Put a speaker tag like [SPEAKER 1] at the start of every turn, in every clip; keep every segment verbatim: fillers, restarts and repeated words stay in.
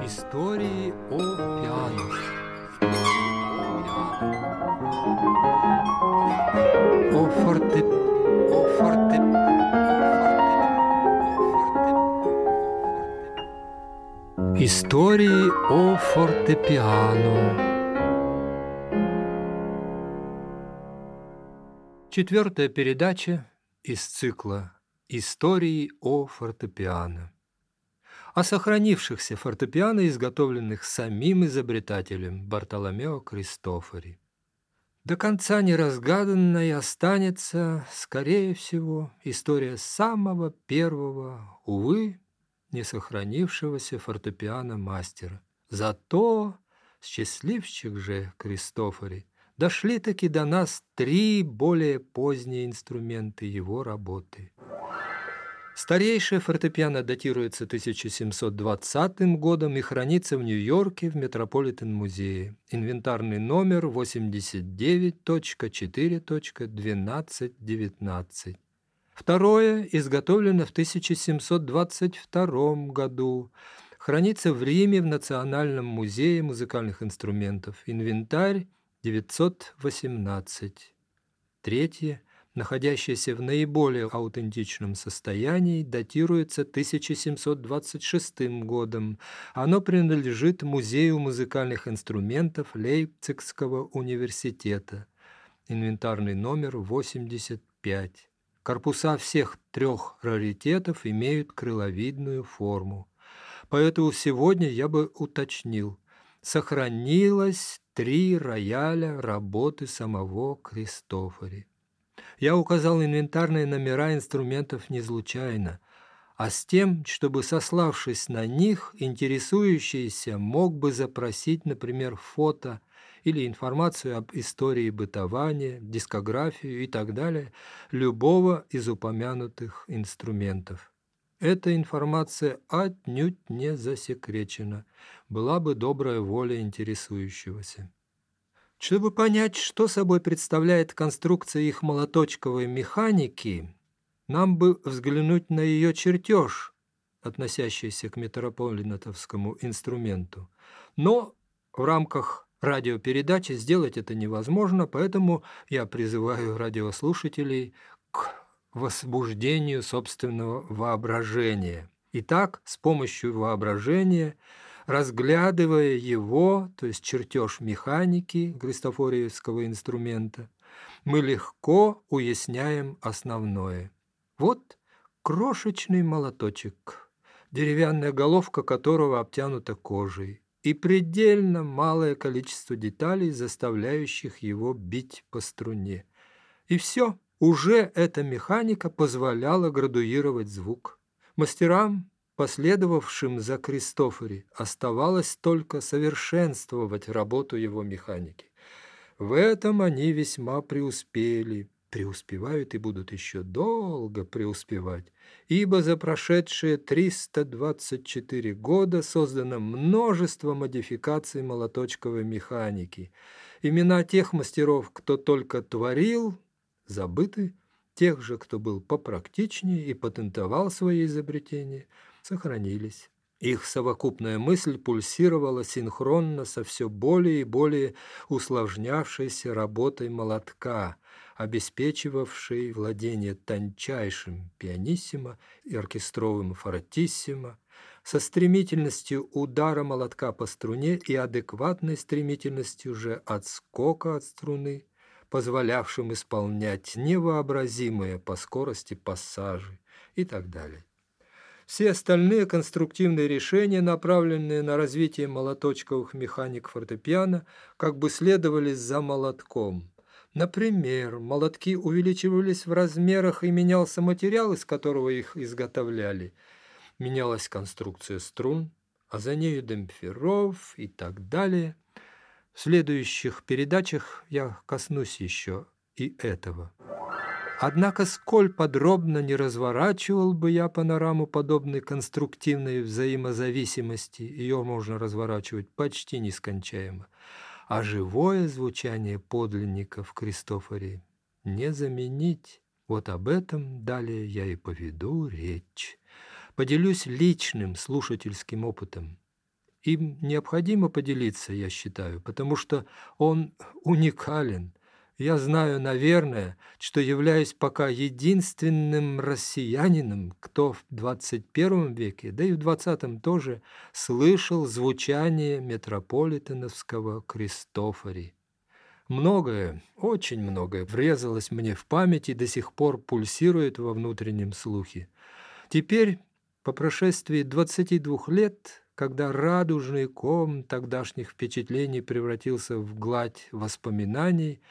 [SPEAKER 1] Истории о пиано. О форте... О форте... О форте... Истории о фортепиано. Четвертая передача из цикла «Истории о фортепиано». О сохранившихся фортепиано, изготовленных самим изобретателем Бартоломео Кристофори. До конца неразгаданной останется, скорее всего, история самого первого, увы, не сохранившегося фортепиано-мастера. Зато счастливчик же Кристофори дошли-таки до нас три более поздние инструменты его работы. Старейшее фортепиано датируется тысяча семьсот двадцатым годом и хранится в Нью-Йорке в Метрополитен-музее. Инвентарный номер восемьдесят девять четыре двенадцать девятнадцать. Второе изготовлено в тысяча семьсот двадцать втором году. Хранится в Риме в Национальном музее музыкальных инструментов. Инвентарь девятьсот восемнадцать. Третье, находящееся в наиболее аутентичном состоянии, датируется тысяча семьсот двадцать шестым годом. Оно принадлежит Музею музыкальных инструментов Лейпцигского университета. Инвентарный номер восемьдесят пять. Корпуса всех трех раритетов имеют крыловидную форму. Поэтому сегодня я бы уточнил: сохранилось три рояля работы самого Кристофори. Я указал инвентарные номера инструментов не случайно, а с тем, чтобы, сославшись на них, интересующийся мог бы запросить, например, фото или информацию об истории бытования, дискографию и так далее любого из упомянутых инструментов. Эта информация отнюдь не засекречена, была бы добрая воля интересующегося. Чтобы понять, что собой представляет конструкция их молоточковой механики, нам бы взглянуть на ее чертеж, относящийся к метрополитеновскому инструменту. Но в рамках радиопередачи сделать это невозможно, поэтому я призываю радиослушателей к возбуждению собственного воображения. Итак, с помощью воображения, разглядывая его, то есть чертеж механики кристофориевского инструмента, мы легко уясняем основное. Вот крошечный молоточек, деревянная головка которого обтянута кожей, и предельно малое количество деталей, заставляющих его бить по струне. И все, уже эта механика позволяла градуировать звук. Мастерам, последовавшим за Кристофори, оставалось только совершенствовать работу его механики. В этом они весьма преуспели, преуспевают и будут еще долго преуспевать, ибо за прошедшие триста двадцать четыре года создано множество модификаций молоточковой механики. Имена тех мастеров, кто только творил, забыты, тех же, кто был попрактичнее и патентовал свои изобретения, сохранились. Их совокупная мысль пульсировала синхронно со все более и более усложнявшейся работой молотка, обеспечивавшей владение тончайшим пианиссимо и оркестровым фортиссимо, со стремительностью удара молотка по струне и адекватной стремительностью же отскока от струны, позволявшим исполнять невообразимые по скорости пассажи и так далее. Все остальные конструктивные решения, направленные на развитие молоточковых механик фортепиано, как бы следовали за молотком. Например, молотки увеличивались в размерах и менялся материал, из которого их изготовляли. Менялась конструкция струн, а за нею демпферов и так далее. В следующих передачах я коснусь еще и этого. Однако, сколь подробно не разворачивал бы я панораму подобной конструктивной взаимозависимости, ее можно разворачивать почти нескончаемо, а живое звучание подлинников Кристофори не заменить. Вот об этом далее я и поведу речь. Поделюсь личным слушательским опытом. Им необходимо поделиться, я считаю, потому что он уникален. Я знаю, наверное, что являюсь пока единственным россиянином, кто в двадцать первом веке, да и в двадцатом тоже, слышал звучание метрополитеновского Кристофори. Многое, очень многое врезалось мне в память и до сих пор пульсирует во внутреннем слухе. Теперь, по прошествии двадцати двух лет, когда радужный ком тогдашних впечатлений превратился в гладь воспоминаний,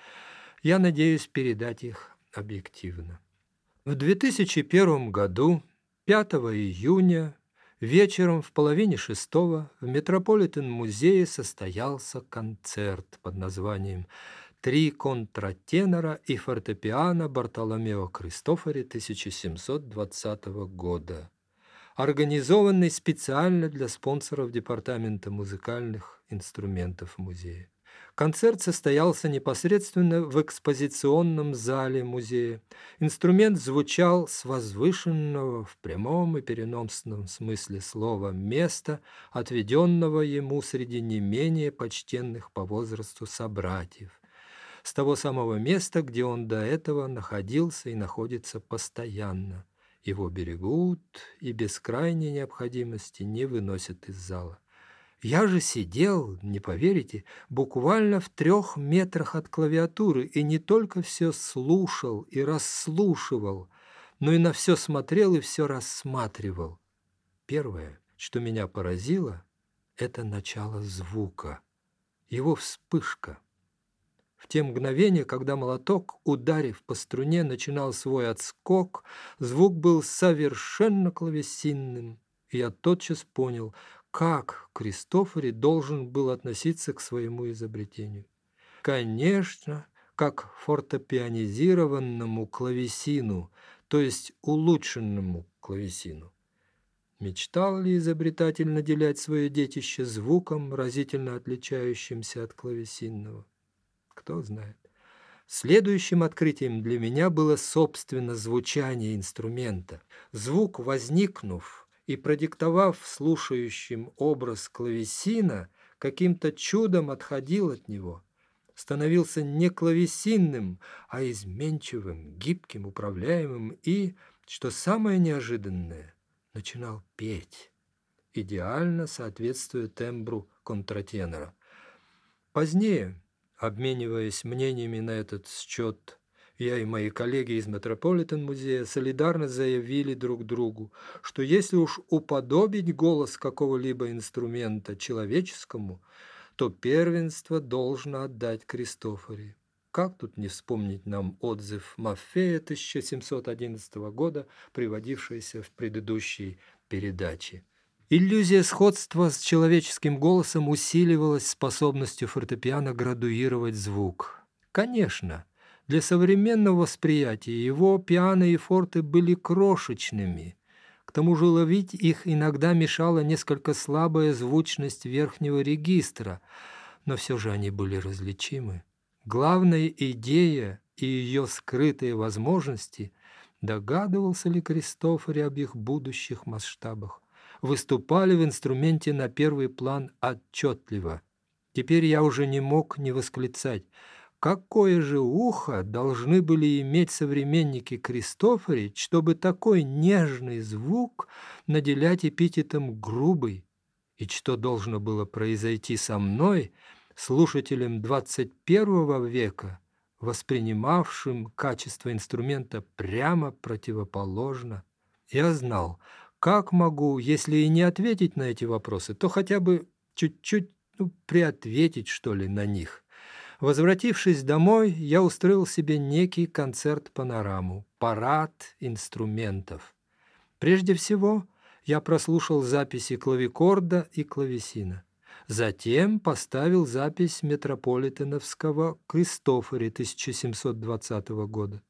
[SPEAKER 1] я надеюсь передать их объективно. В две тысячи первом году, пятого июня, вечером в половине шестого в Метрополитен-музее состоялся концерт под названием «Три контратенора и фортепиано Бартоломео Кристофори тысяча семьсот двадцатого года», организованный специально для спонсоров Департамента музыкальных инструментов музея. Концерт состоялся непосредственно в экспозиционном зале музея. Инструмент звучал с возвышенного в прямом и переносном смысле слова места, отведенного ему среди не менее почтенных по возрасту собратьев, с того самого места, где он до этого находился и находится постоянно. Его берегут и без крайней необходимости не выносят из зала. Я же сидел, не поверите, буквально в трех метрах от клавиатуры и не только все слушал и расслушивал, но и на все смотрел и все рассматривал. Первое, что меня поразило, это начало звука, его вспышка. В те мгновения, когда молоток, ударив по струне, начинал свой отскок, звук был совершенно клавесинным, и я тотчас понял, как Кристофори должен был относиться к своему изобретению. Конечно, как фортепианизированному клавесину, то есть улучшенному клавесину. Мечтал ли изобретатель наделять свое детище звуком, разительно отличающимся от клавесинного? Кто знает. Следующим открытием для меня было, собственно, звучание инструмента. Звук, возникнув и продиктовав слушающим образ клавесина, каким-то чудом отходил от него, становился не клавесинным, а изменчивым, гибким, управляемым и, что самое неожиданное, начинал петь, идеально соответствуя тембру контратенора. Позднее, обмениваясь мнениями на этот счет, я и мои коллеги из Метрополитен-музея солидарно заявили друг другу, что если уж уподобить голос какого-либо инструмента человеческому, то первенство должно отдать Кристофори. Как тут не вспомнить нам отзыв Маффея тысяча семьсот одиннадцатого года, приводившийся в предыдущей передаче. Иллюзия сходства с человеческим голосом усиливалась способностью фортепиано градуировать звук. Конечно, для современного восприятия его пиано и форте были крошечными. К тому же ловить их иногда мешала несколько слабая звучность верхнего регистра, но все же они были различимы. Главная идея и ее скрытые возможности, догадывался ли Кристофори об их будущих масштабах, выступали в инструменте на первый план отчетливо. Теперь я уже не мог не восклицать: какое же ухо должны были иметь современники Кристофори, чтобы такой нежный звук наделять эпитетом грубый? И что должно было произойти со мной, слушателем двадцать первого века, воспринимавшим качество инструмента прямо противоположно? Я знал, как могу, если и не ответить на эти вопросы, то хотя бы чуть-чуть, ну, приответить, что ли, на них. Возвратившись домой, я устроил себе некий концерт-панораму, парад инструментов. Прежде всего, я прослушал записи клавикорда и клавесина. Затем поставил запись метрополитеновского Кристофори тысяча семьсот двадцатого года.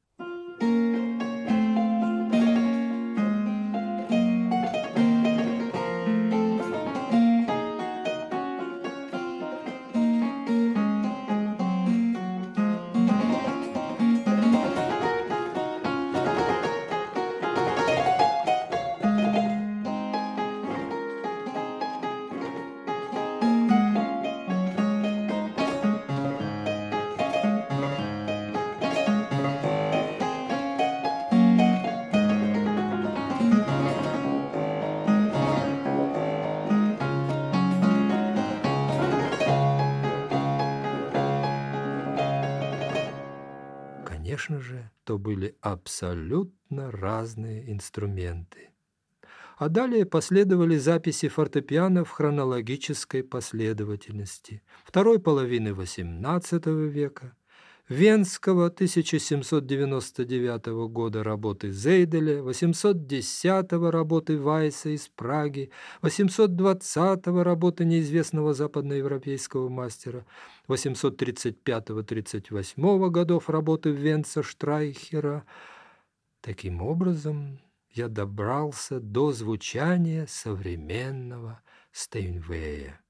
[SPEAKER 1] конечно же, то были абсолютно разные инструменты. А далее последовали записи фортепиано в хронологической последовательности второй половины восемнадцатого века, Венского тысяча семьсот девяносто девятого года работы Зейделя, восемьсот десятого работы Вайса из Праги, восемьсот двадцатого работы неизвестного западноевропейского мастера, восемьсот тридцать пятого — тридцать восьмого годов работы Венца Штрайхера. Таким образом, я добрался до звучания современного Стейнвея.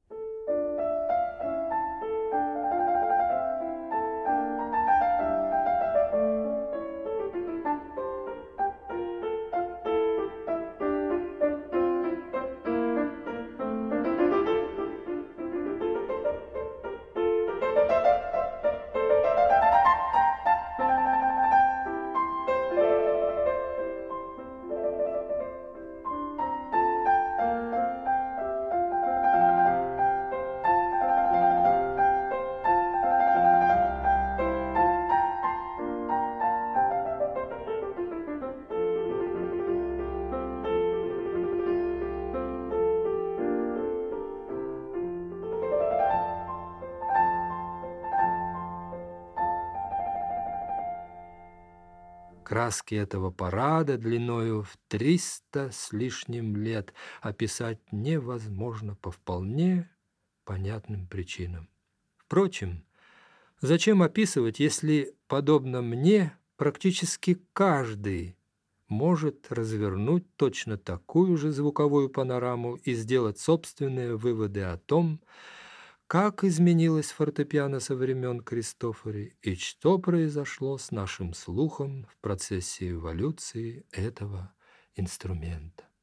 [SPEAKER 1] Краски этого парада длиною в триста с лишним лет описать невозможно по вполне понятным причинам. Впрочем, зачем описывать, если, подобно мне, практически каждый может развернуть точно такую же звуковую панораму и сделать собственные выводы о том, как изменилось фортепиано со времен Кристофори и что произошло с нашим слухом в процессе эволюции этого инструмента.